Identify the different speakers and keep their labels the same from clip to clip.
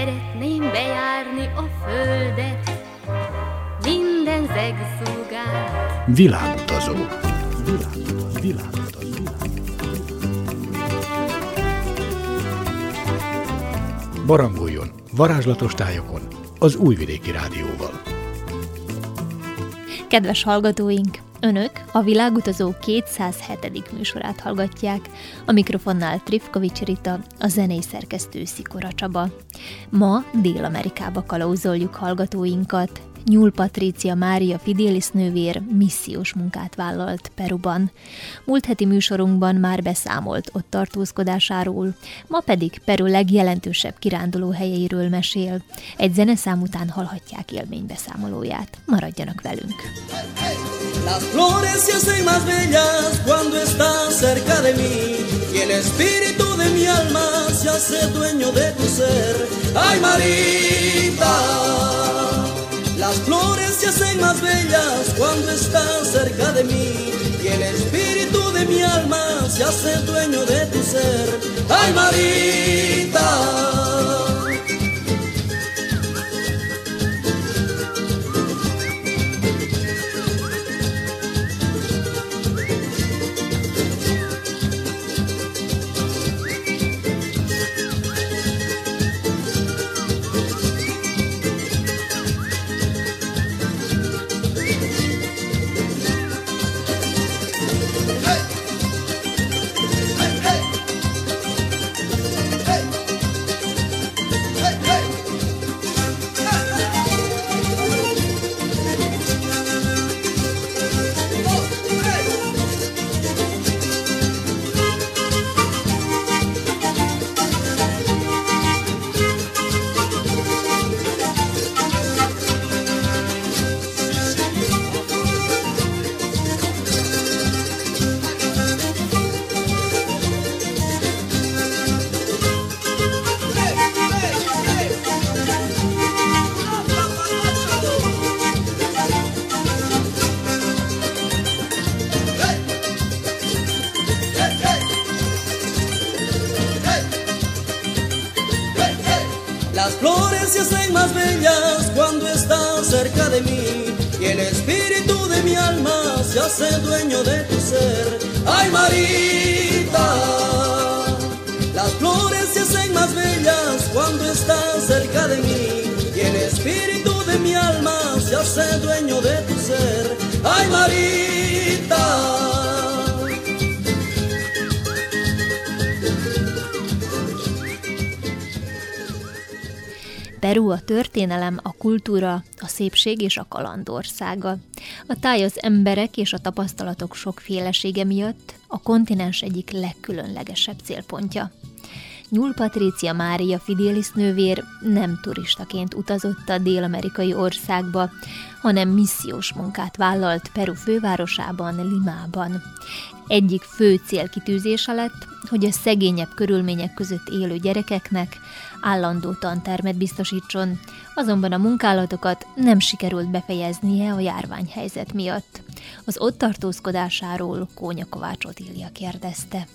Speaker 1: Szeretném bejárni a földet, minden zegszúgát.
Speaker 2: Világutazó. Barangoljon varázslatos tájokon az Újvidéki Rádióval.
Speaker 3: Kedves hallgatóink! Önök a Világutazó 207. műsorát hallgatják, a mikrofonnál Trifkovics Rita, a zenei szerkesztő Szikora Csaba. Ma Dél-Amerikába kalauzoljuk hallgatóinkat. Nyúl Patrícia Mária Fidelis nővér missziós munkát vállalt Peruban. Múlt heti műsorunkban már beszámolt ott tartózkodásáról, ma pedig Peru legjelentősebb kiránduló helyeiről mesél. Egy zeneszám után hallhatják élménybeszámolóját. Maradjanak velünk!
Speaker 4: Las flores se hacen más bellas cuando estás cerca de mí y el espíritu de mi alma se hace dueño de tu ser. Ay, Marita, las flores se hacen más bellas cuando estás cerca de mí y el espíritu de mi alma se hace dueño de tu ser. Ay, Marita. Las flores se hacen más bellas cuando estás cerca de mí y el espíritu de mi alma se hace dueño de tu ser. Ay, Marita, las flores se hacen más bellas cuando estás cerca de mí y el espíritu de mi alma se hace dueño de tu ser. Ay, Marita.
Speaker 3: Peru a történelem, a kultúra, a szépség és a kaland országa. A táj az emberek és a tapasztalatok sokfélesége miatt a kontinens egyik legkülönlegesebb célpontja. Nyúl Patrícia Mária Fidelis nővér nem turistaként utazott a dél-amerikai országba, hanem missziós munkát vállalt Peru fővárosában, Limában. Egyik fő célkitűzése lett, hogy a szegényebb körülmények között élő gyerekeknek állandó tantermet biztosítson, azonban a munkálatokat nem sikerült befejeznie a járványhelyzet miatt. Az ott tartózkodásáról Kónya Kovács Otília kérdezte.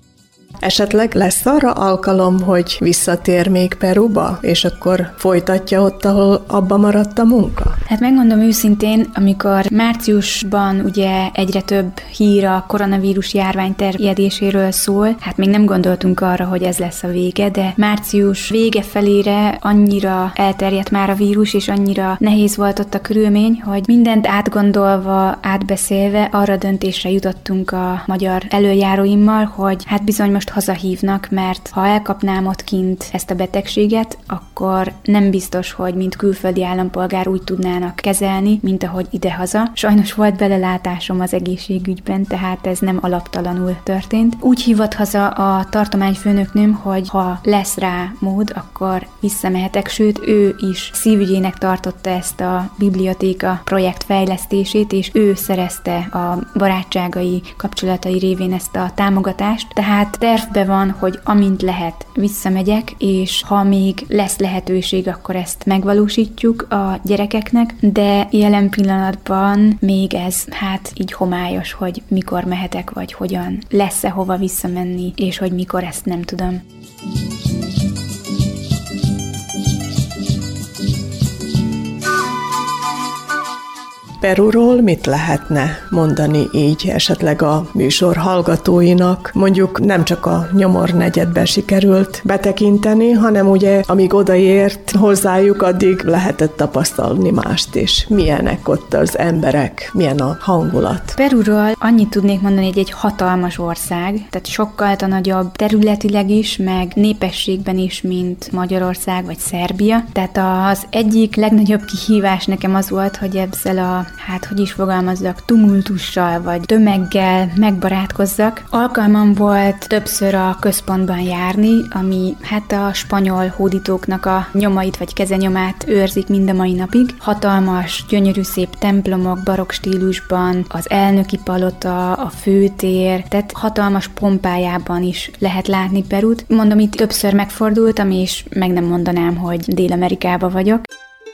Speaker 5: Esetleg lesz arra alkalom, hogy visszatér még Peruba, és akkor folytatja ott, ahol abba maradt a munka?
Speaker 6: Hát megmondom őszintén, amikor márciusban ugye egyre több hír a koronavírus járvány terjedéséről szól, hát még nem gondoltunk arra, hogy ez lesz a vége, de március vége felére annyira elterjedt már a vírus, és annyira nehéz volt ott a körülmény, hogy mindent átgondolva, átbeszélve arra döntésre jutottunk a magyar előjáróimmal, hogy hát bizony most hazahívnak, mert ha elkapnám ott kint ezt a betegséget, akkor nem biztos, hogy mint külföldi állampolgár úgy tudnának kezelni, mint ahogy idehaza. Sajnos volt belelátásom az egészségügyben, tehát ez nem alaptalanul történt. Úgy hívott haza a tartományfőnöknőm, hogy ha lesz rá mód, akkor visszamehetek, sőt ő is szívügyének tartotta ezt a bibliotéka projekt fejlesztését, és ő szerezte a barátságai kapcsolatai révén ezt a támogatást, tehát tervbe van, hogy amint lehet, visszamegyek, és ha még lesz lehetőség, akkor ezt megvalósítjuk a gyerekeknek, de jelen pillanatban még ez hát így homályos, hogy mikor mehetek, vagy hogyan lesz-e hova visszamenni, és hogy mikor, ezt nem tudom.
Speaker 5: Peruról mit lehetne mondani így esetleg a műsor hallgatóinak? Mondjuk nem csak a Nyomor negyedbe sikerült betekinteni, hanem ugye amíg odaért hozzájuk, addig lehetett tapasztalni mást is. Milyenek ott az emberek, milyen a hangulat?
Speaker 6: Peruról annyit tudnék mondani, hogy egy hatalmas ország, tehát sokkal nagyobb területileg is, meg népességben is, mint Magyarország vagy Szerbia. Tehát az egyik legnagyobb kihívás nekem az volt, hogy ezzel a, hogy is fogalmazzak, tumultussal vagy tömeggel megbarátkozzak. Alkalmam volt többször a központban járni, ami a spanyol hódítóknak a nyomait vagy kezenyomát őrzik mind a mai napig. Hatalmas, gyönyörű szép templomok barokk stílusban, az elnöki palota, a főtér, tehát hatalmas pompájában is lehet látni Perut. Mondom, itt többször megfordultam, és meg nem mondanám, hogy Dél-Amerikába vagyok.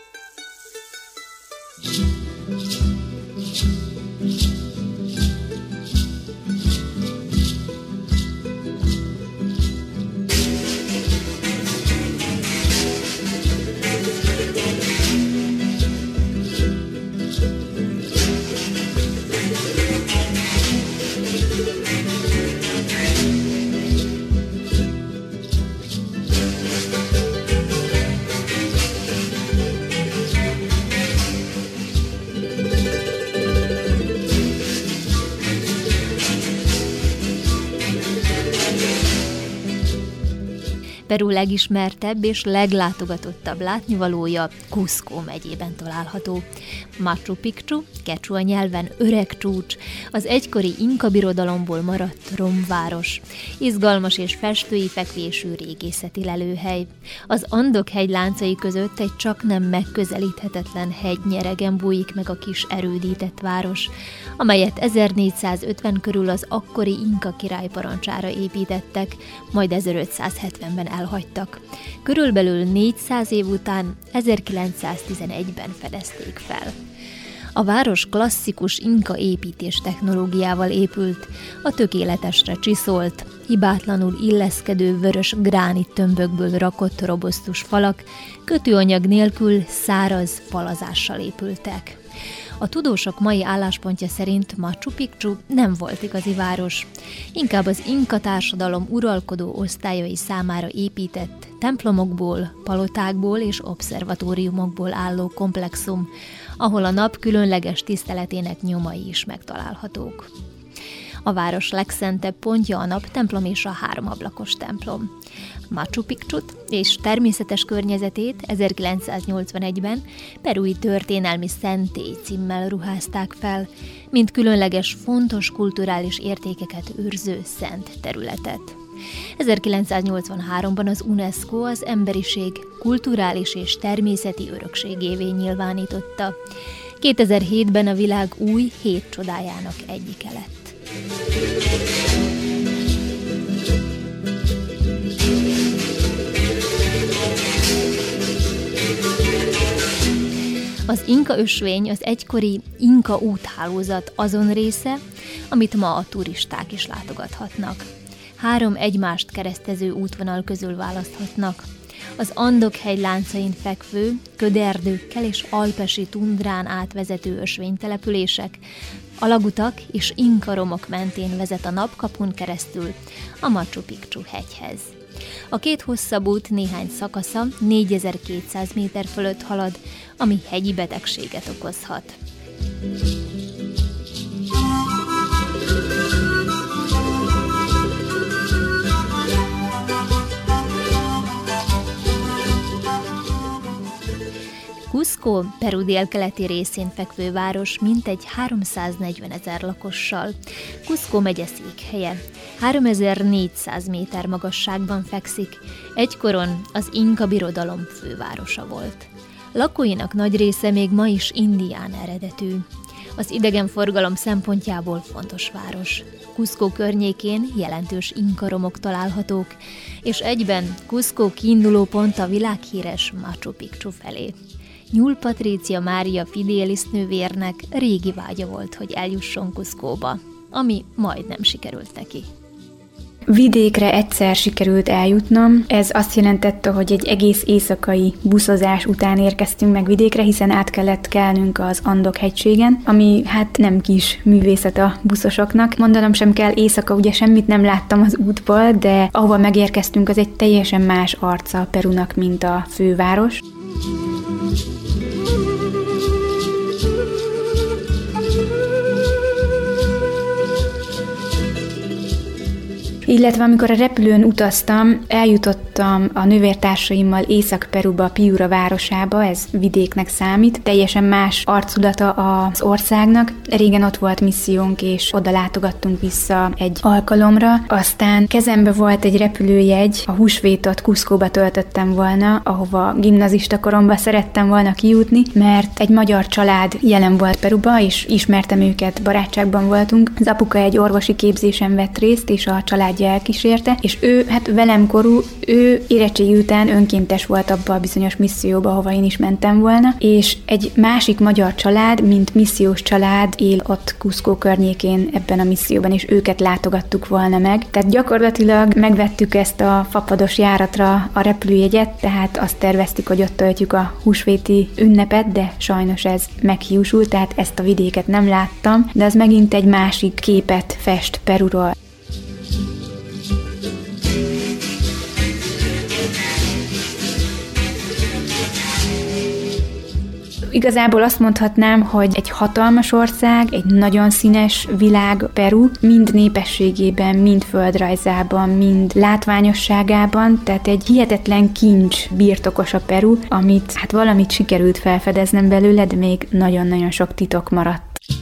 Speaker 3: Peru legismertebb és leglátogatottabb látnivalója Cusco megyében található. Machu Picchu, quechua nyelven öreg csúcs, az egykori inka birodalomból maradt romváros. Izgalmas és festői fekvésű régészeti lelőhely. Az Andok hegyláncai között egy csaknem megközelíthetetlen hegynyeregen bújik meg a kis erődített város, amelyet 1450 körül az akkori inka király parancsára építettek, majd 1570-ben elhagytak. Körülbelül 400 év után 1911-ben fedezték fel. A város klasszikus inka építés technológiával épült, a tökéletesre csiszolt, hibátlanul illeszkedő vörös gránit tömbökből rakott robosztus falak kötőanyag nélkül száraz falazással épültek. A tudósok mai álláspontja szerint Machu Picchu nem volt igazi város, inkább az inka társadalom uralkodó osztályai számára épített templomokból, palotákból és obszervatóriumokból álló komplexum, ahol a nap különleges tiszteletének nyomai is megtalálhatók. A város legszentebb pontja a naptemplom és a 3 ablakos templom. Machu Picchut és természetes környezetét 1981-ben perui történelmi szentély címmel ruházták fel, mint különleges, fontos kulturális értékeket őrző szent területet. 1983-ban az UNESCO az emberiség kulturális és természeti örökségévé nyilvánította. 2007-ben a világ új 7 csodájának egyike lett. Az inka ösvény az egykori inka úthálózat azon része, amit ma a turisták is látogathatnak. 3 egymást keresztező útvonal közül választhatnak. Az Andok hegyláncain fekvő, köderdőkkel és alpesi tundrán átvezető ösvénytelepülések, alagutak és inka romok mentén vezet a napkapun keresztül a Machu Picchu hegyhez. A 2 hosszabb út néhány szakasza 4200 méter fölött halad, ami hegyi betegséget okozhat. Cusco, Peru délkeleti részén fekvő város mintegy 340 000 lakossal. Cusco megye székhelye. 3400 méter magasságban fekszik, egykoron az inka birodalom fővárosa volt. Lakóinak nagy része még ma is indián eredetű. Az idegenforgalom szempontjából fontos város. Cusco környékén jelentős inka romok találhatók, és egyben Cusco kiindulópont a világhíres Machu Picchu felé. Nyúl Patrícia Mária Fidelis nővérnek régi vágya volt, hogy eljusson Cuscóba, ami majdnem sikerült neki.
Speaker 6: Vidékre egyszer sikerült eljutnom. Ez azt jelentette, hogy egy egész éjszakai buszozás után érkeztünk meg vidékre, hiszen át kellett kelnünk az Andok-hegységen, ami hát nem kis művészet a buszosoknak. Mondanom sem kell, éjszaka ugye semmit nem láttam az útból, de ahova megérkeztünk, az egy teljesen más arca Perunak, mint a főváros. Illetve amikor a repülőn utaztam, eljutottam a nővértársaimmal Észak-Peruba, Piura városába, ez vidéknek számít, teljesen más arculata az országnak. Régen ott volt missziónk, és oda látogattunk vissza egy alkalomra. Aztán kezembe volt egy repülőjegy, a húsvétot Cuscóba töltöttem volna, ahova gimnazista koromban szerettem volna kijutni, mert egy magyar család jelen volt Peruba, és ismertem őket, barátságban voltunk. Az apuka egy orvosi képzésen vett részt, és a család elkísérte, és ő, hát velem korú, ő érettségi után önkéntes volt abba a bizonyos misszióba, ahova én is mentem volna, és egy másik magyar család, mint missziós család él ott Cusco környékén ebben a misszióban, és őket látogattuk volna meg. Tehát gyakorlatilag megvettük ezt a fapados járatra a repülőjegyet, tehát azt terveztük, hogy ott töltjük a húsvéti ünnepet, de sajnos ez meghiúsult, tehát ezt a vidéket nem láttam, de az megint egy másik képet fest Peruról. Igazából azt mondhatnám, hogy egy hatalmas ország, egy nagyon színes világ Peru, mind népességében, mind földrajzában, mind látványosságában, tehát egy hihetetlen kincs birtokos a Peru, amit hát valamit sikerült felfedeznem belőle, de még nagyon-nagyon sok titok maradt.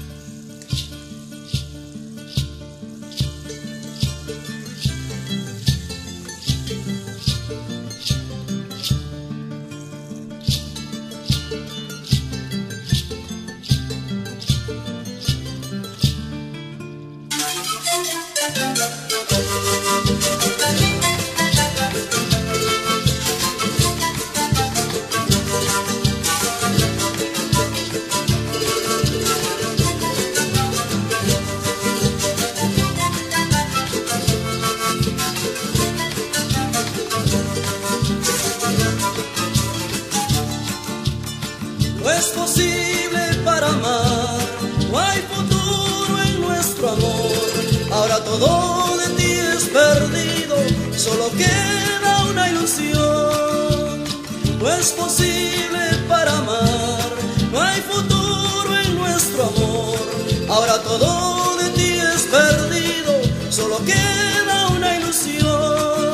Speaker 4: No es posible para amar, no hay futuro en nuestro amor. Ahora todo de ti es perdido, solo queda una ilusión. No es posible para amar, no hay futuro en nuestro amor. Ahora todo de ti es perdido, solo queda una ilusión.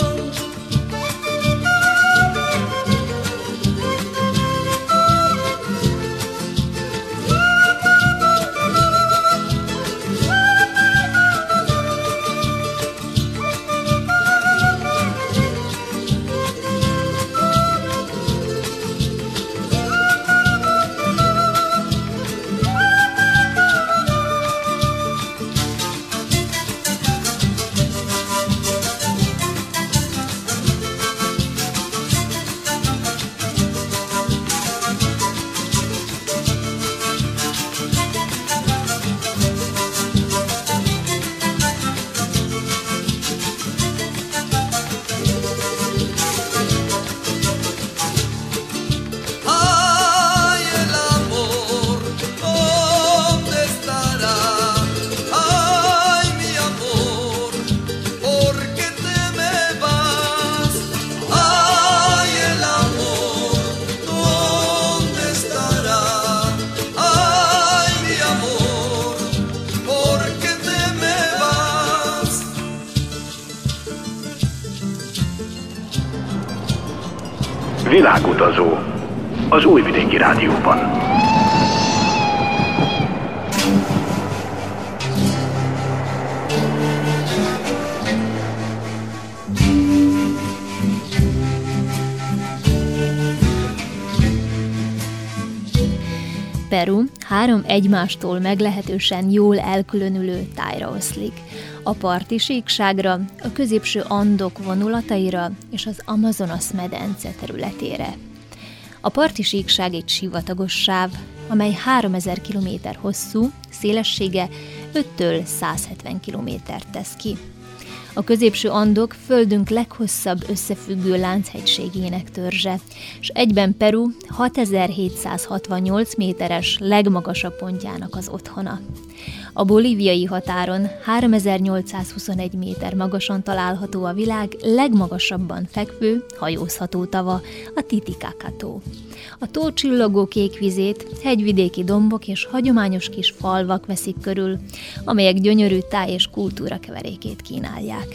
Speaker 2: Világutazó az Újvidéki Rádióban.
Speaker 3: Peru 3 egymástól meglehetősen jól elkülönülő tájra oszlik. A parti síkságra, a középső Andok vonulataira és az Amazonas medence területére. A parti síkság egy sivatagos sáv, amely 3000 km hosszú, szélessége 5-től 170 km tesz ki. A középső Andok földünk leghosszabb összefüggő lánchegységének törzse, és egyben Peru 6768 méteres legmagasabb pontjának az otthona. A bolíviai határon 3821 méter magasan található a világ legmagasabban fekvő, hajózható tava, a Titicaca-tó. A tó csillogó kék vizét hegyvidéki dombok és hagyományos kis falvak veszik körül, amelyek gyönyörű táj és kultúra keverékét kínálják.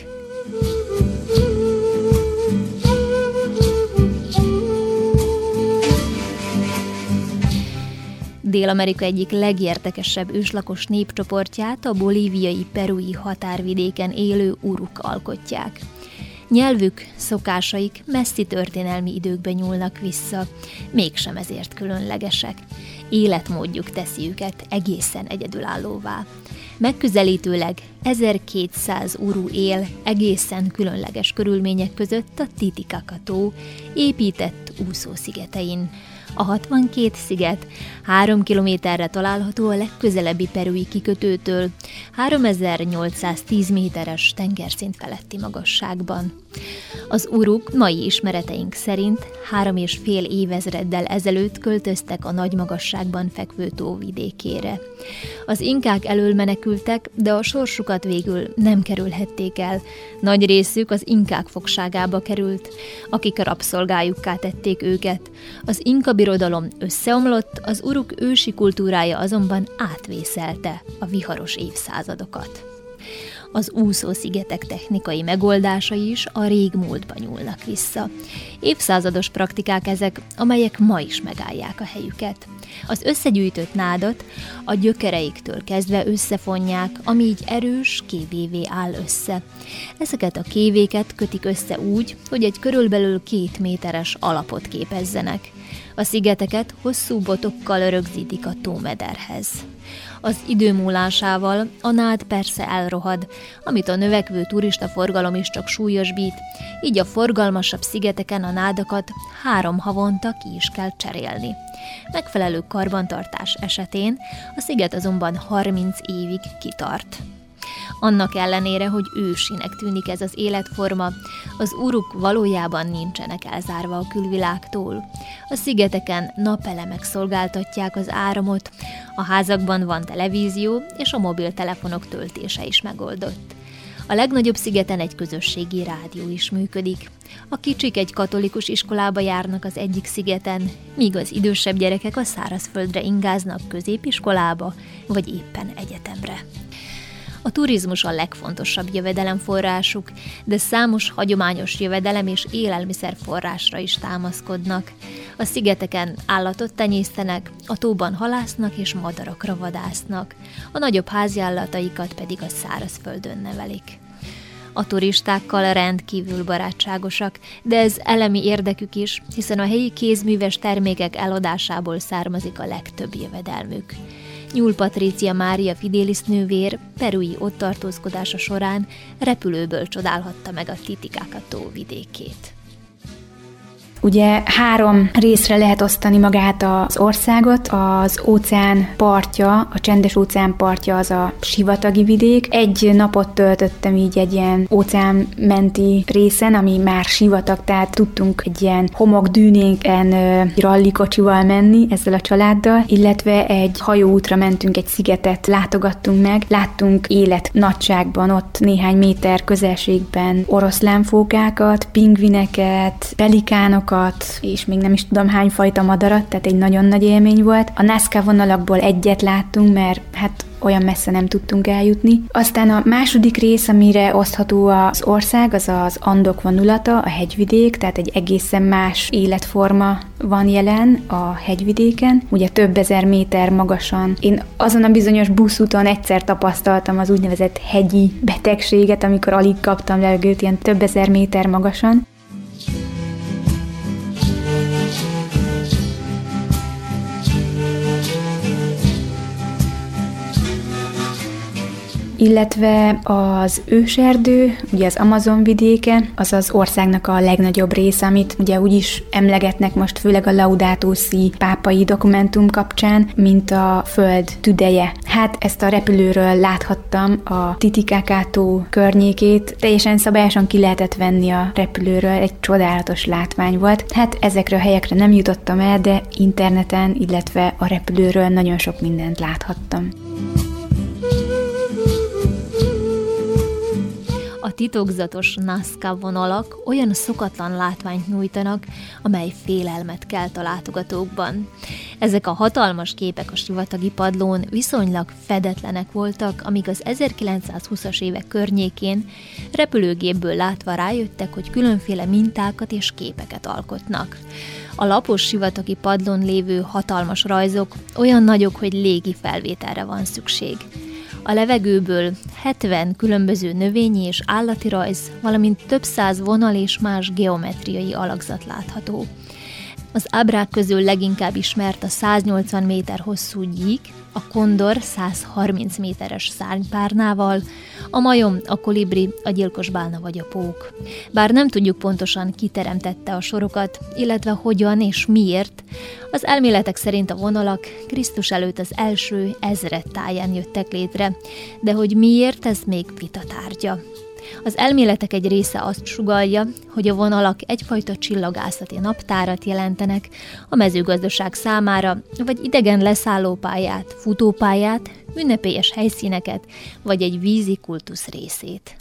Speaker 3: Dél-Amerika egyik legérdekesebb őslakos népcsoportját, a bolíviai-perui határvidéken élő uruk alkotják. Nyelvük, szokásaik messzi történelmi időkbe nyúlnak vissza, mégsem ezért különlegesek. Életmódjuk teszi őket egészen egyedülállóvá. Megközelítőleg 1200 uru él egészen különleges körülmények között a Titicaca-tó épített úszószigetein. A 62 sziget 3 kilométerre található a legközelebbi perui kikötőtől, 3810 méteres tengerszint feletti magasságban. Az uruk mai ismereteink szerint 3,5 évezreddel ezelőtt költöztek a nagy magasságban fekvő tó vidékére. Az inkák elől menekültek, de a sorsukat végül nem kerülhették el. Nagy részük az inkák fogságába került, akik rabszolgájukká tették őket. Az inka birodalom összeomlott, az uruk ősi kultúrája azonban átvészelte a viharos évszázadokat. Az úszószigetek technikai megoldásai is a régmúltba nyúlnak vissza. Évszázados praktikák ezek, amelyek ma is megállják a helyüket. Az összegyűjtött nádat a gyökereiktől kezdve összefonják, ami így erős kévévé áll össze. Ezeket a kévéket kötik össze úgy, hogy egy körülbelül 2 méteres alapot képezzenek. A szigeteket hosszú botokkal rögzítik a tómederhez. Az idő múlásával a nád persze elrohad, amit a növekvő turistaforgalom is csak súlyosbít, így a forgalmasabb szigeteken a nádakat 3 havonta ki is kell cserélni. Megfelelő karbantartás esetén a sziget azonban 30 évig kitart. Annak ellenére, hogy ősinek tűnik ez az életforma, az uruk valójában nincsenek elzárva a külvilágtól. A szigeteken napelemek szolgáltatják az áramot, a házakban van televízió, és a mobiltelefonok töltése is megoldott. A legnagyobb szigeten egy közösségi rádió is működik. A kicsik egy katolikus iskolába járnak az egyik szigeten, míg az idősebb gyerekek a szárazföldre ingáznak középiskolába, vagy éppen egyetemre. A turizmus a legfontosabb jövedelemforrásuk, de számos hagyományos jövedelem és élelmiszerforrásra is támaszkodnak. A szigeteken állatot tenyésztenek, a tóban halásznak és madarakra vadásznak, a nagyobb háziállataikat pedig a szárazföldön nevelik. A turistákkal rendkívül barátságosak, de ez elemi érdekük is, hiszen a helyi kézműves termékek eladásából származik a legtöbb jövedelmük. Nyúl Patrícia Mária Fidelis nővér perui ott tartózkodása során repülőből csodálhatta meg a Titicaca-tó vidékét.
Speaker 6: Ugye 3 részre lehet osztani magát az országot, az óceán partja, a csendes óceán partja az a sivatagi vidék. Egy napot töltöttem így egy ilyen óceánmenti részen, ami már sivatag, tehát tudtunk egy ilyen homokdűnénken rallikocsival menni ezzel a családdal, illetve egy hajóútra mentünk, egy szigetet látogattunk meg, láttunk élet nagyságban, ott néhány méter közelségben oroszlánfókákat, pingvineket, pelikánokat, és még nem is tudom hány fajta madarat, tehát egy nagyon nagy élmény volt. A Nazca vonalakból egyet láttunk, mert hát olyan messze nem tudtunk eljutni. Aztán a második rész, amire osztható az ország, az az Andok vonulata, a hegyvidék, tehát egy egészen más életforma van jelen a hegyvidéken. Ugye több ezer méter magasan. Én azon a bizonyos buszúton egyszer tapasztaltam az úgynevezett hegyi betegséget, amikor alig kaptam levegőt, ilyen több ezer méter magasan. illetve az őserdő, ugye az Amazon vidéken, az az országnak a legnagyobb része, amit ugye úgy is emlegetnek most, főleg a Laudato Si pápai dokumentum kapcsán, mint a föld tüdeje. Hát ezt a repülőről láthattam a Titicaca-tó környékét, teljesen szabályosan ki lehetett venni a repülőről, egy csodálatos látvány volt. Hát ezekre a helyekre nem jutottam el, de interneten, illetve a repülőről nagyon sok mindent láthattam.
Speaker 3: A titokzatos Nazca vonalak olyan szokatlan látványt nyújtanak, amely félelmet kelt a látogatókban. Ezek a hatalmas képek a sivatagi padlón viszonylag fedetlenek voltak, amíg az 1920-as évek környékén repülőgépből látva rájöttek, hogy különféle mintákat és képeket alkotnak. A lapos sivatagi padlón lévő hatalmas rajzok olyan nagyok, hogy légi felvételre van szükség. A levegőből 70 különböző növényi és állati rajz, valamint több száz vonal és más geometriai alakzat látható. Az ábrák közül leginkább ismert a 180 méter hosszú gyík, a kondor 130 méteres szárnypárnával, a majom, a kolibri, a gyilkos bálna vagy a pók. Bár nem tudjuk pontosan, ki teremtette a sorokat, illetve hogyan és miért, az elméletek szerint a vonalak Krisztus előtt az első ezredtáján jöttek létre, de hogy miért, ez még vitatárgya. Az elméletek egy része azt sugallja, hogy a vonalak egyfajta csillagászati naptárat jelentenek a mezőgazdaság számára, vagy idegen leszállópályát, futópályát, ünnepélyes helyszíneket, vagy egy vízi kultusz részét.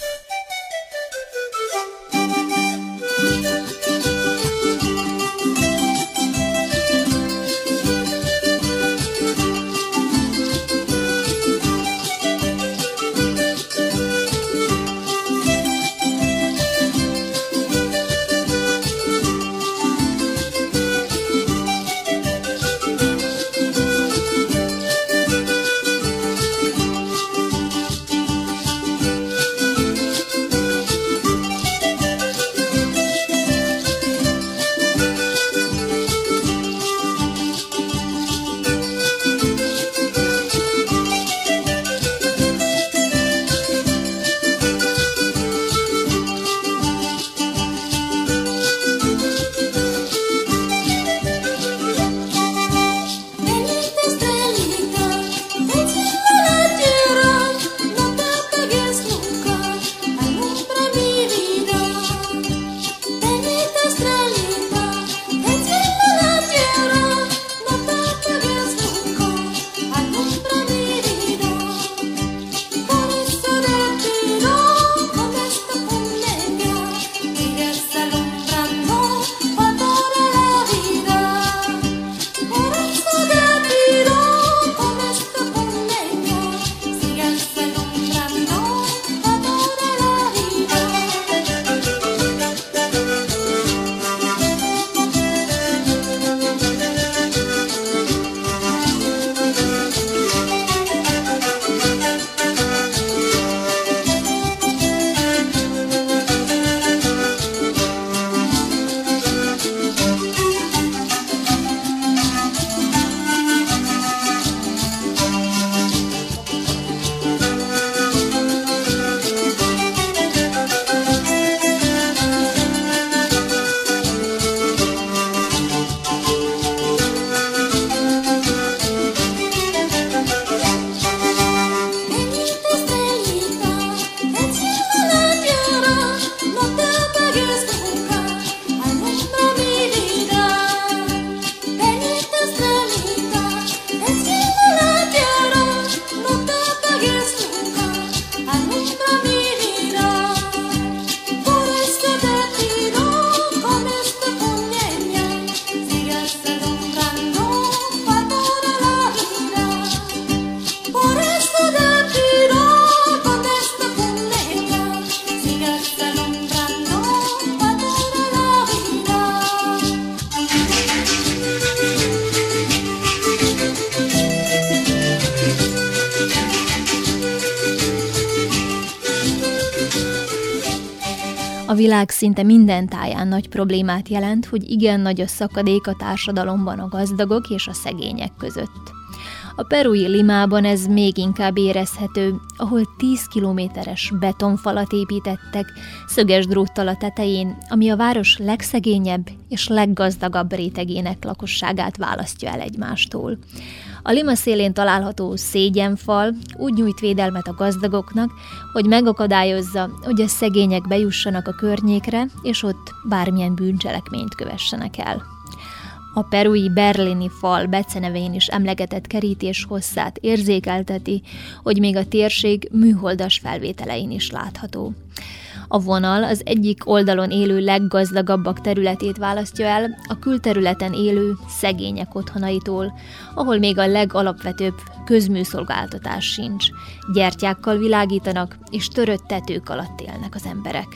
Speaker 3: A világ szinte minden táján nagy problémát jelent, hogy igen nagy a szakadék a társadalomban a gazdagok és a szegények között. A perui Limában ez még inkább érezhető, ahol 10 kilométeres betonfalat építettek szöges dróttal a tetején, ami a város legszegényebb és leggazdagabb rétegének lakosságát választja el egymástól. A Lima szélén található szégyenfal úgy nyújt védelmet a gazdagoknak, hogy megakadályozza, hogy a szegények bejussanak a környékre, és ott bármilyen bűncselekményt kövessenek el. A perui berlini fal becenevén is emlegetett kerítés hosszát érzékelteti, hogy még a térség műholdas felvételein is látható. A vonal az egyik oldalon élő leggazdagabbak területét választja el a külterületen élő szegények otthonaitól, ahol még a legalapvetőbb közműszolgáltatás sincs. Gyertyákkal világítanak, és törött tetők alatt élnek az emberek.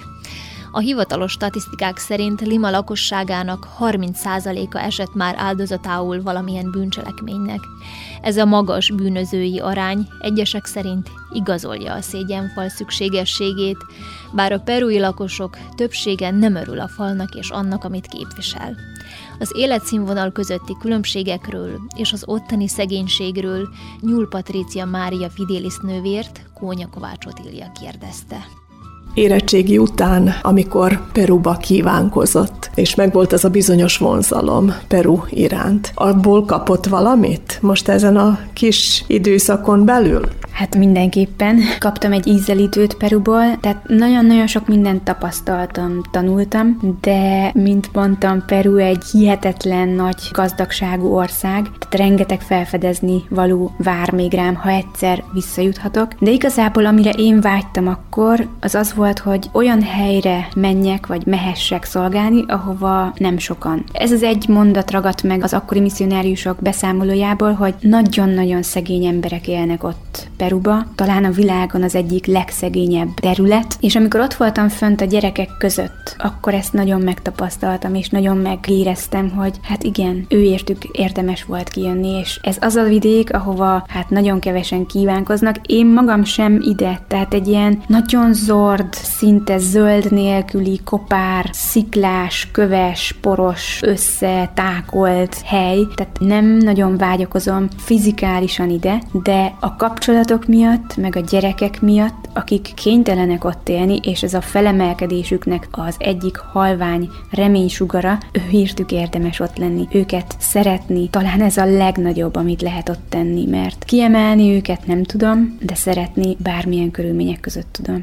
Speaker 3: A hivatalos statisztikák szerint Lima lakosságának 30%-a esett már áldozatául valamilyen bűncselekménynek. Ez a magas bűnözői arány egyesek szerint igazolja a szégyenfal szükségességét, bár a perui lakosok többsége nem örül a falnak és annak, amit képvisel. Az életszínvonal közötti különbségekről és az ottani szegénységről Nyúl Patrícia Mária Fidelis nővért, Kónya Kovács Otília kérdezte.
Speaker 5: Érettségi után, amikor Peruba kívánkozott, és megvolt az a bizonyos vonzalom Peru iránt, abból kapott valamit most ezen a kis időszakon belül?
Speaker 6: Hát mindenképpen. Kaptam egy ízelítőt Peruból, tehát nagyon-nagyon sok mindent tapasztaltam, tanultam, de mint mondtam, Peru egy hihetetlen nagy gazdagságú ország, tehát rengeteg felfedezni való vár még rám, ha egyszer visszajuthatok. De igazából amire én vágytam akkor, az volt, hogy olyan helyre menjek, vagy mehessek szolgálni, ahova nem sokan. Ez az egy mondat ragadt meg az akkori misszionáriusok beszámolójából, hogy nagyon-nagyon szegény emberek élnek ott Peruba, talán a világon az egyik legszegényebb terület, és amikor ott voltam fönt a gyerekek között, akkor ezt nagyon megtapasztaltam, és nagyon megéreztem, hogy hát igen, őértük érdemes volt kijönni, és ez az a vidék, ahova hát nagyon kevesen kívánkoznak, én magam sem ide, tehát egy ilyen nagyon zord, szinte zöld nélküli, kopár, sziklás, köves, poros, összetákolt hely, tehát nem nagyon vágyakozom fizikálisan ide, de a kapcsolatok miatt, meg a gyerekek miatt, akik kénytelenek ott élni, és ez a felemelkedésüknek az egyik halvány reménysugara, őértük érdemes ott lenni, őket szeretni, talán ez a legnagyobb, amit lehet ott tenni, mert kiemelni őket nem tudom, de szeretni bármilyen körülmények között tudom.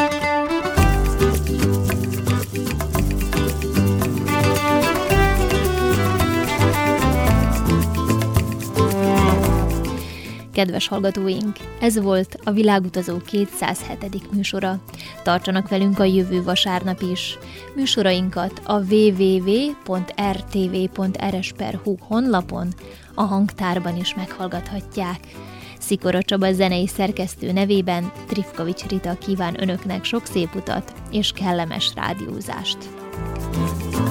Speaker 3: Kedves hallgatóink, ez volt a Világutazó 207. műsora. Tartsanak velünk a jövő vasárnap is. Műsorainkat a www.rtv.rs.hu honlapon, a hangtárban is meghallgathatják. Szikora Csaba zenei szerkesztő nevében Trifkovics Rita kíván önöknek sok szép utat és kellemes rádiózást.